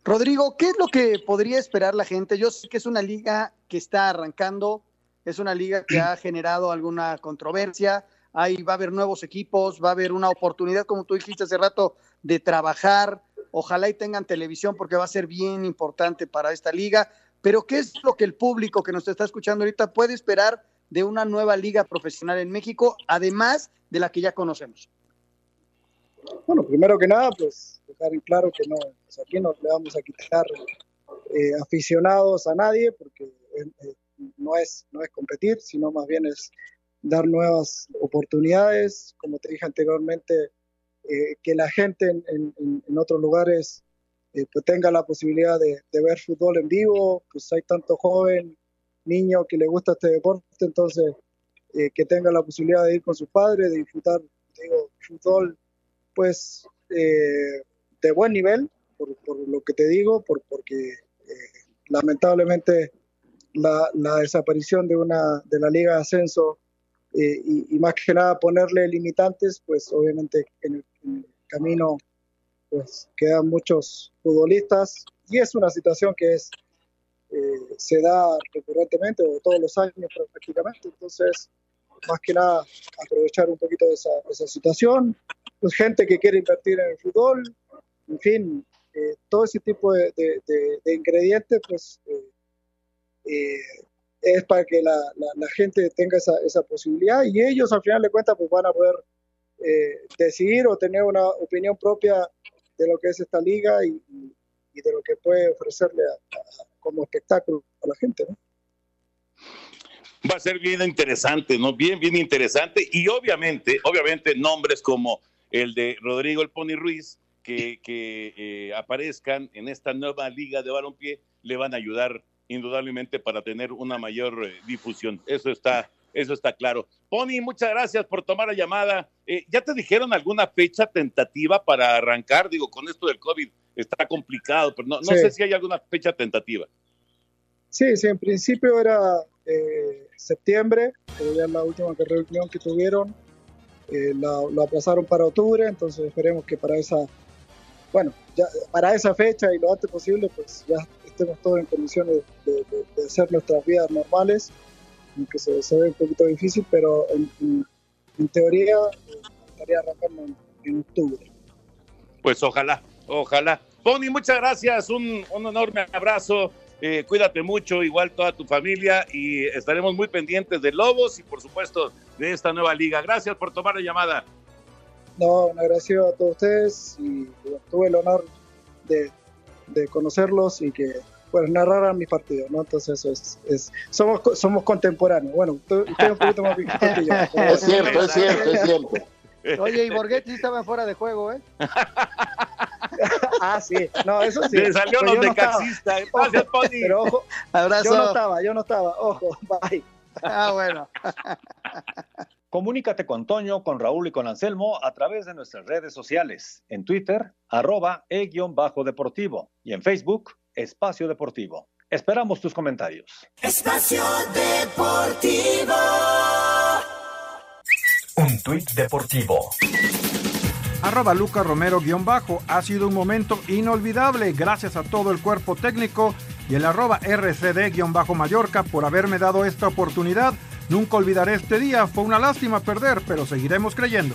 Rodrigo, ¿qué es lo que podría esperar la gente? Yo sé que es una liga que está arrancando, es una liga que ha generado alguna controversia, ahí va a haber nuevos equipos, va a haber una oportunidad, como tú dijiste hace rato, de trabajar, ojalá y tengan televisión porque va a ser bien importante para esta liga, pero ¿qué es lo que el público que nos está escuchando ahorita puede esperar de una nueva liga profesional en México, además de la que ya conocemos? Bueno, primero que nada, pues dejar en claro que no, pues aquí no le vamos a quitar aficionados a nadie, porque no es competir, sino más bien es dar nuevas oportunidades, como te dije anteriormente, que la gente en otros lugares pues tenga la posibilidad de ver fútbol en vivo, pues hay tanto joven, niño que le gusta este deporte, entonces que tenga la posibilidad de ir con sus padres, de disfrutar, fútbol pues de buen nivel, por lo que te digo, porque lamentablemente la desaparición de la Liga de Ascenso y más que nada ponerle limitantes, pues obviamente en el camino pues quedan muchos futbolistas y es una situación que se da recurrentemente o todos los años prácticamente, entonces más que nada aprovechar un poquito de esa situación, pues gente que quiere invertir en el fútbol, en fin, todo ese tipo de ingredientes pues es para que la gente tenga esa posibilidad y ellos al final de cuentas pues van a poder decidir o tener una opinión propia de lo que es esta liga y de lo que puede ofrecerle como espectáculo a la gente, ¿no? Va a ser bien interesante, ¿no? Bien interesante y obviamente nombres como el de Rodrigo el Pony Ruiz que aparezcan en esta nueva liga de balompié le van a ayudar indudablemente para tener una mayor difusión. Eso está claro. Pony, muchas gracias por tomar la llamada. ¿Ya te dijeron alguna fecha tentativa para arrancar? Digo, con esto del COVID está complicado, pero no sé si hay alguna fecha tentativa. Sí, en principio era septiembre, pero ya la última reunión que tuvieron lo aplazaron para octubre, entonces esperemos que para esa fecha y lo antes posible, pues ya estemos todos en condiciones de hacer nuestras vidas normales, aunque se ve un poquito difícil, pero en teoría estaría arrancando en octubre. Pues ojalá. Pony, muchas gracias, un enorme abrazo, cuídate mucho, igual toda tu familia, y estaremos muy pendientes de Lobos y por supuesto de esta nueva liga. Gracias por tomar la llamada. No, un agradecido a todos ustedes y tuve el honor de conocerlos y que narraran mis partidos, ¿no? Entonces eso somos contemporáneos. Bueno, usted un poquito más viejito que yo. Es cierto. Oye, y Borghetti estaba fuera de juego, ¿eh? Sí. No, eso sí. Le salió los de taxista. Gracias, Pony. Pero ojo, abrazo. Yo no estaba. Ojo, bye. Bueno. Comunícate con Toño, con Raúl y con Anselmo a través de nuestras redes sociales. En Twitter, @e_deportivo y en Facebook, Espacio Deportivo. Esperamos tus comentarios. Espacio Deportivo. Un tuit deportivo. @Luca Romero _ ha sido un momento inolvidable gracias a todo el cuerpo técnico y el @RCD _ Mallorca por haberme dado esta oportunidad. Nunca olvidaré este día, fue una lástima perder, pero seguiremos creyendo.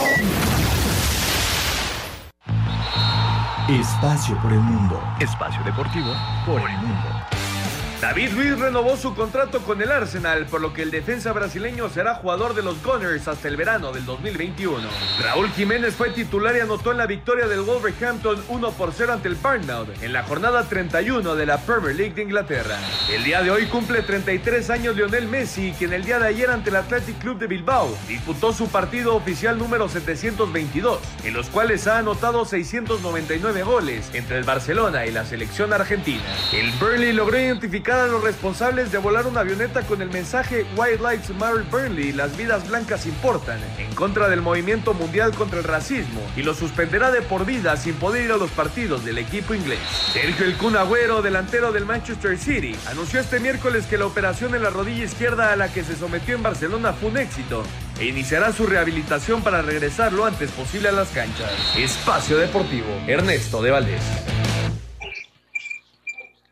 Espacio por el mundo. Espacio deportivo por el mundo. David Luiz renovó su contrato con el Arsenal, por lo que el defensa brasileño será jugador de los Gunners hasta el verano del 2021. Raúl Jiménez fue titular y anotó en la victoria del Wolverhampton 1-0 ante el Bournemouth en la jornada 31 de la Premier League de Inglaterra. El día de hoy cumple 33 años Lionel Messi, quien el día de ayer ante el Athletic Club de Bilbao disputó su partido oficial número 722, en los cuales ha anotado 699 goles entre el Barcelona y la selección argentina. El Burnley logró identificar a los responsables de volar una avioneta con el mensaje White Lives Matter Burnley, las vidas blancas importan, en contra del movimiento mundial contra el racismo, y lo suspenderá de por vida sin poder ir a los partidos del equipo inglés. Sergio El Kun Agüero, delantero del Manchester City, anunció este miércoles que la operación en la rodilla izquierda a la que se sometió en Barcelona fue un éxito e iniciará su rehabilitación para regresar lo antes posible a las canchas. Espacio Deportivo, Ernesto de Valdés.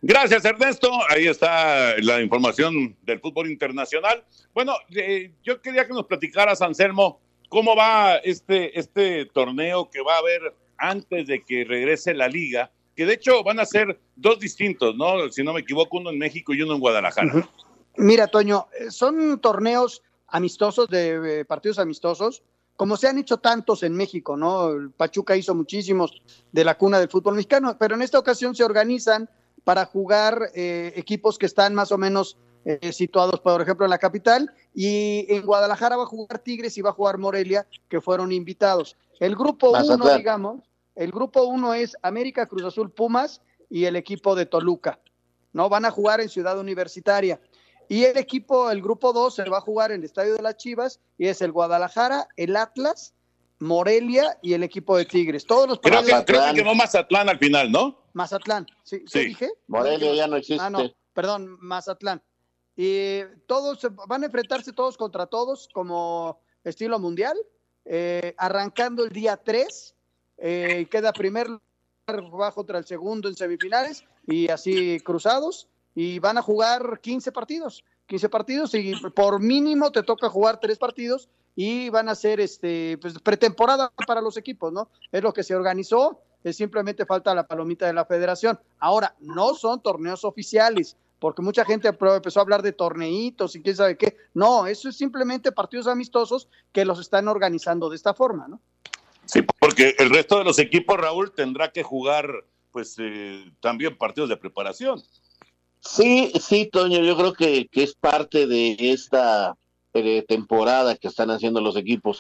Gracias, Ernesto. Ahí está la información del fútbol internacional. Bueno, yo quería que nos platicaras, Anselmo, cómo va este torneo que va a haber antes de que regrese la liga, que de hecho van a ser dos distintos, ¿no? Si no me equivoco, uno en México y uno en Guadalajara. Uh-huh. Mira, Toño, son torneos amistosos, de partidos amistosos, como se han hecho tantos en México, ¿no? El Pachuca hizo muchísimos de la cuna del fútbol mexicano, pero en esta ocasión se organizan para jugar equipos que están más o menos situados, por ejemplo, en la capital, y en Guadalajara va a jugar Tigres y va a jugar Morelia, que fueron invitados. El grupo 1, digamos, el grupo 1 es América, Cruz Azul, Pumas y el equipo de Toluca, ¿no? Van a jugar en Ciudad Universitaria. Y el grupo 2 se va a jugar en el Estadio de las Chivas, y es el Guadalajara, el Atlas, Morelia y el equipo de Tigres. Todos los creo que quedó Mazatlán al final, ¿no? Mazatlán, ¿sí dije? Morelia ya no existe. No, perdón, Mazatlán. Y todos van a enfrentarse todos contra todos como estilo mundial, arrancando el día 3, queda primer lugar, va contra el segundo en semifinales y así cruzados, y van a jugar 15 partidos y por mínimo te toca jugar 3 partidos y van a ser pues, pretemporada para los equipos, ¿no? Es lo que se organizó, simplemente falta la palomita de la federación. Ahora, no son torneos oficiales, porque mucha gente empezó a hablar de torneitos y quién sabe qué. No, eso es simplemente partidos amistosos que los están organizando de esta forma, ¿no? Sí, porque el resto de los equipos, Raúl, tendrá que jugar pues también partidos de preparación. Sí, Toño, yo creo que es parte de esta temporada que están haciendo los equipos.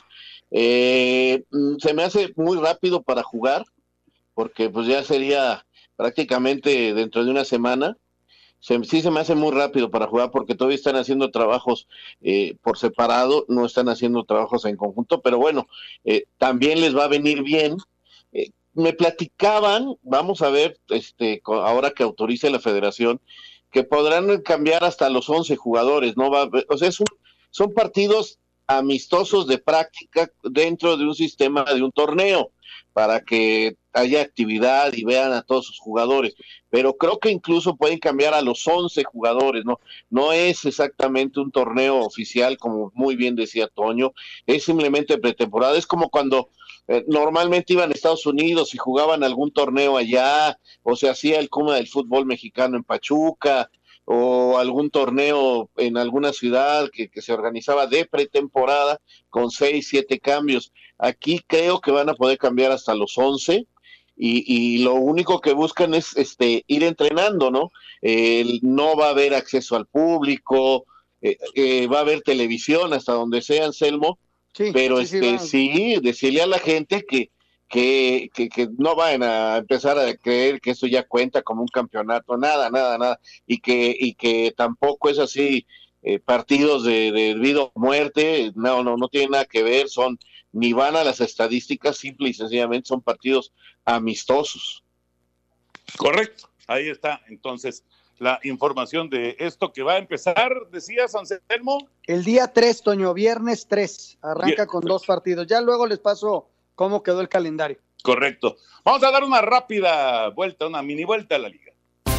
Se me hace muy rápido para jugar, porque pues ya sería prácticamente dentro de una semana. Sí se me hace muy rápido para jugar, porque todavía están haciendo trabajos por separado, no están haciendo trabajos en conjunto, pero bueno, también les va a venir bien. Me platicaban, vamos a ver, ahora que autorice la federación, que podrán cambiar hasta los 11 jugadores, ¿no? O sea, son partidos amistosos de práctica dentro de un sistema de un torneo, para que haya actividad y vean a todos sus jugadores, pero creo que incluso pueden cambiar a los 11 jugadores, no es exactamente un torneo oficial, como muy bien decía Toño, es simplemente pretemporada. Es como cuando normalmente iban a Estados Unidos y jugaban algún torneo allá, o se hacía el Cuma del fútbol mexicano en Pachuca, o algún torneo en alguna ciudad que se organizaba de pretemporada con 6, 7 cambios. Aquí creo que van a poder cambiar hasta los 11, y lo único que buscan es ir entrenando, ¿no? No va a haber acceso al público, va a haber televisión hasta donde sea, Anselmo, sí, pero sí, decirle a la gente que no vayan a empezar a creer que eso ya cuenta como un campeonato, nada, y que tampoco es así, partidos de vida o muerte, no tiene nada que ver, ni van a las estadísticas, simple y sencillamente son partidos amistosos. Correcto, ahí está entonces la información de esto que va a empezar, decías, Anselmo. El día 3, Toño, viernes 3, arranca con 2 partidos, ya luego les paso cómo quedó el calendario. Correcto. Vamos a dar una rápida vuelta, una mini vuelta a la liga.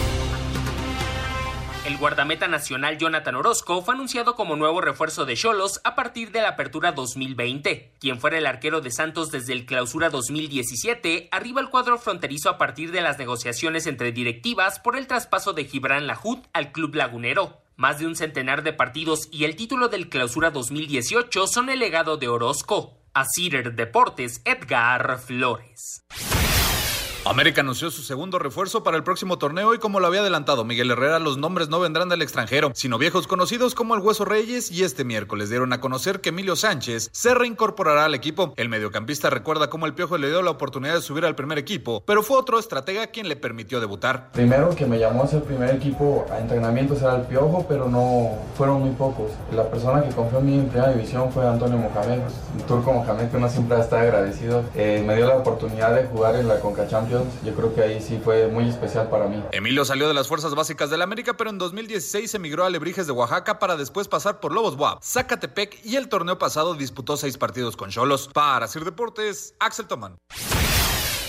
El guardameta nacional Jonathan Orozco fue anunciado como nuevo refuerzo de Xolos a partir de la apertura 2020. Quien fuera el arquero de Santos desde el clausura 2017, arriba al cuadro fronterizo a partir de las negociaciones entre directivas por el traspaso de Gibran Lahoud al club lagunero. Más de un centenar de partidos y el título del clausura 2018 son el legado de Orozco. A Cider Deportes, Edgar Flores. América anunció su segundo refuerzo para el próximo torneo y, como lo había adelantado Miguel Herrera, los nombres no vendrán del extranjero, sino viejos conocidos como el Hueso Reyes, y este miércoles dieron a conocer que Emilio Sánchez se reincorporará al equipo. El mediocampista recuerda cómo el Piojo le dio la oportunidad de subir al primer equipo, pero fue otro estratega quien le permitió debutar. Primero que me llamó a ser primer equipo a entrenamientos era el Piojo, pero no fueron muy pocos. La persona que confió en mí en primera división fue Antonio Mohamed, un turco Mohamed que uno siempre está agradecido. Me dio la oportunidad de jugar en la Conca Champions. Yo creo que ahí sí fue muy especial para mí. Emilio salió de las fuerzas básicas del América, pero en 2016 emigró a Alebrijes de Oaxaca para después pasar por Lobos BUAP, Zacatepec, y el torneo pasado disputó 6 partidos con Xolos. Para Sir Deportes, Axel Tomán.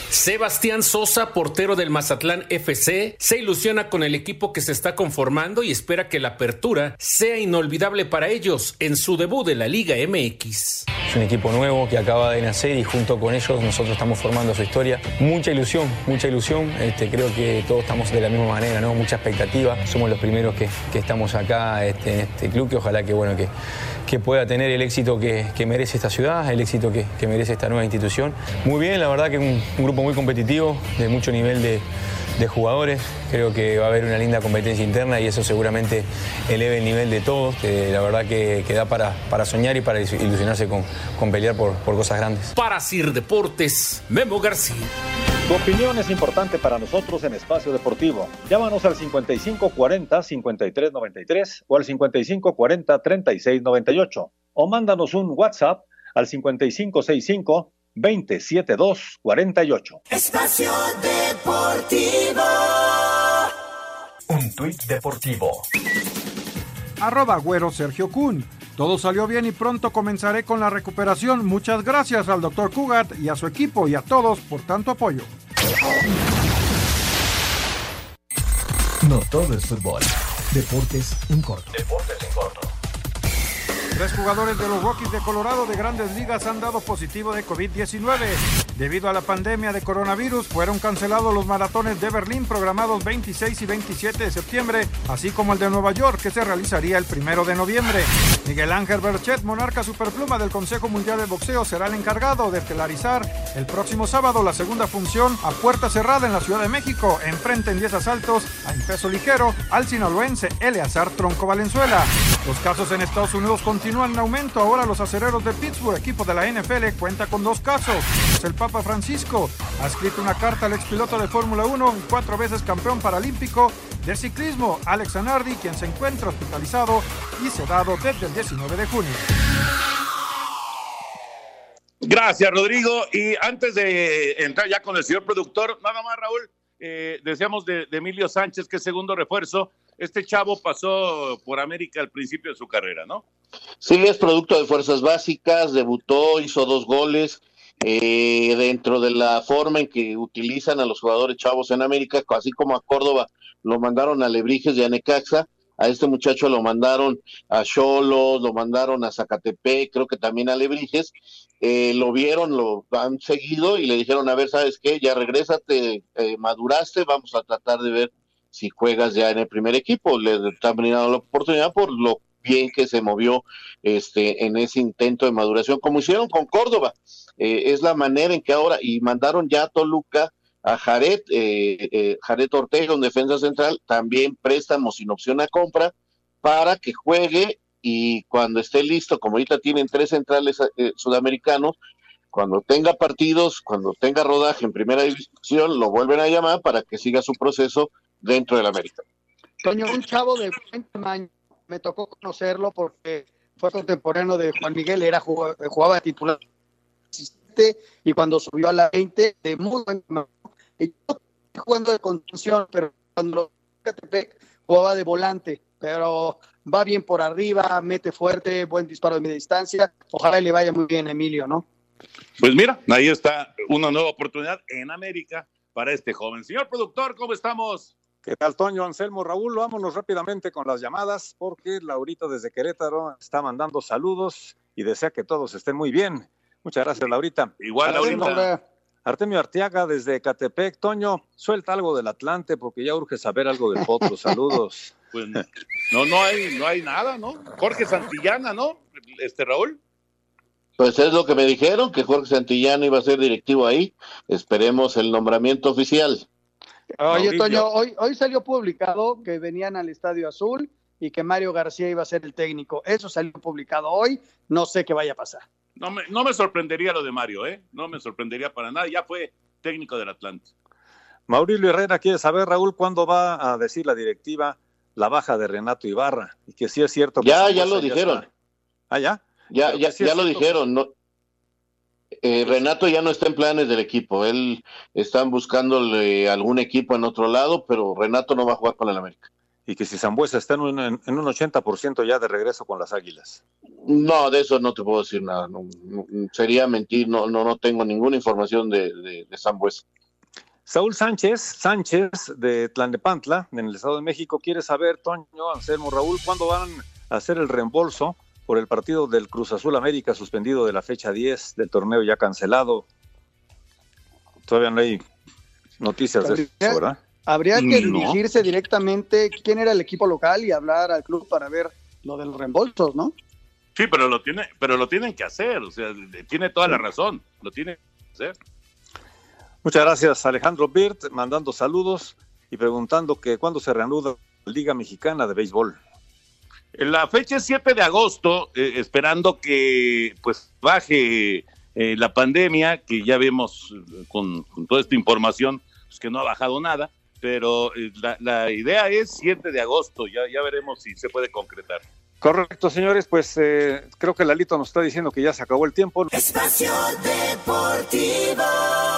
Sebastián Sosa, portero del Mazatlán FC, se ilusiona con el equipo que se está conformando y espera que la apertura sea inolvidable para ellos en su debut de la Liga MX. Es un equipo nuevo que acaba de nacer y junto con ellos nosotros estamos formando su historia. Mucha ilusión, creo que todos estamos de la misma manera, ¿no? Mucha expectativa. Somos los primeros que estamos acá en este club, que ojalá que pueda tener el éxito que merece esta ciudad, el éxito que merece esta nueva institución. Muy bien, la verdad que es un grupo muy competitivo, de mucho nivel de jugadores. Creo que va a haber una linda competencia interna y eso seguramente eleve el nivel de todos. La verdad que da para soñar y para ilusionarse con pelear por cosas grandes. Para Sir Deportes, Memo García. Tu opinión es importante para nosotros en Espacio Deportivo. Llámanos al 5540-5393 o al 5540-3698 o mándanos un WhatsApp al 5565-27248. Espacio Deportivo. Un tuit deportivo. @Güero Sergio Kun. Todo salió bien y pronto comenzaré con la recuperación. Muchas gracias al Dr. Cugat y a su equipo y a todos por tanto apoyo. No todo es fútbol. Deportes en corto. 3 jugadores de los Rockies de Colorado de Grandes Ligas han dado positivo de COVID-19. Debido a la pandemia de coronavirus, fueron cancelados los maratones de Berlín programados 26 y 27 de septiembre, así como el de Nueva York, que se realizaría el 1 de noviembre. Miguel Ángel Berchet, monarca superpluma del Consejo Mundial de Boxeo, será el encargado de estelarizar el próximo sábado la segunda función a puerta cerrada en la Ciudad de México. Enfrenta en 10 asaltos en peso ligero al sinaloense Eleazar Tronco Valenzuela. Los casos en Estados Unidos continúan en aumento. Ahora los acereros de Pittsburgh, equipo de la NFL, cuenta con 2 casos. El Papa Francisco ha escrito una carta al expiloto de Fórmula 1 y 4 veces campeón paralímpico de ciclismo, Alex Zanardi, quien se encuentra hospitalizado y sedado desde el 19 de junio. Gracias, Rodrigo. Y antes de entrar ya con el señor productor, nada más, Raúl, decíamos de Emilio Sánchez, que es segundo refuerzo. Este chavo pasó por América al principio de su carrera, ¿no? Sí, es producto de fuerzas básicas, debutó, hizo 2 goles, dentro de la forma en que utilizan a los jugadores chavos en América, así como a Córdoba lo mandaron a Lebrijes y a Necaxa, a este muchacho lo mandaron a Xolos, lo mandaron a Zacatepec, creo que también a Lebrijes, lo vieron, lo han seguido y le dijeron, a ver, ¿sabes qué? Ya regrésate, maduraste, vamos a tratar de ver si juegas ya en el primer equipo. Le están brindando la oportunidad por lo bien que se movió en ese intento de maduración, como hicieron con Córdoba. Es la manera en que ahora, y mandaron ya a Toluca a Jared Ortega, un defensa central, también préstamo sin opción a compra, para que juegue, y cuando esté listo, como ahorita tienen 3 centrales sudamericanos, cuando tenga partidos, cuando tenga rodaje en primera división, lo vuelven a llamar para que siga su proceso dentro del América. Toño, un chavo de buen tamaño, me tocó conocerlo porque fue contemporáneo de Juan Miguel, jugaba de titular y cuando subió a la 20, de muy buen tamaño. Y yo jugando de contención, pero cuando jugaba de volante, pero va bien por arriba, mete fuerte, buen disparo de media distancia. Ojalá le vaya muy bien a Emilio, ¿no? Pues mira, ahí está una nueva oportunidad en América para este joven. Señor productor, ¿cómo estamos? ¿Qué tal, Toño, Anselmo, Raúl? Vámonos rápidamente con las llamadas porque Laurita desde Querétaro está mandando saludos y desea que todos estén muy bien. Muchas gracias, Laurita. Igual, Laurita. Artemio Arteaga desde Ecatepec. Toño, suelta algo del Atlante porque ya urge saber algo del Potro. Saludos. Pues no hay nada, ¿no? Jorge Santillana, ¿no? Raúl. Pues es lo que me dijeron, que Jorge Santillana iba a ser directivo ahí. Esperemos el nombramiento oficial. Oye, Toño, hoy salió publicado que venían al Estadio Azul y que Mario García iba a ser el técnico. Eso salió publicado hoy, no sé qué vaya a pasar. No me sorprendería lo de Mario, no me sorprendería para nada, ya fue técnico del Atlante. Mauricio Herrera quiere saber, Raúl, ¿cuándo va a decir la directiva la baja de Renato Ibarra? Y que sí es cierto que... Ya lo dijeron. ¿Ya? Ya lo dijeron, ¿no? Renato ya no está en planes del equipo, están buscándole algún equipo en otro lado, pero Renato no va a jugar con el América. Y que si Sambuesa está en un 80% ya de regreso con las Águilas. No, de eso no te puedo decir nada, no, sería mentir, no tengo ninguna información de Sambuesa. Saúl Sánchez de Tlalnepantla, en el Estado de México, quiere saber, Toño, Anselmo, Raúl, ¿cuándo van a hacer el reembolso por el partido del Cruz Azul América suspendido de la fecha 10 del torneo ya cancelado? Todavía no hay noticias de eso, ¿verdad? Habría que dirigirse directamente quién era el equipo local y hablar al club para ver lo de los reembolsos, ¿no? Sí, pero lo tienen que hacer, o sea, tiene toda la razón, lo tienen que hacer. Muchas gracias, Alejandro Birt, mandando saludos y preguntando que cuándo se reanuda la Liga Mexicana de Béisbol. La fecha es 7 de agosto, esperando que pues baje la pandemia, que ya vemos con toda esta información pues, que no ha bajado nada, pero la idea es 7 de agosto, ya veremos si se puede concretar. Correcto, señores, pues creo que Lalito nos está diciendo que ya se acabó el tiempo. Espacio Deportivo.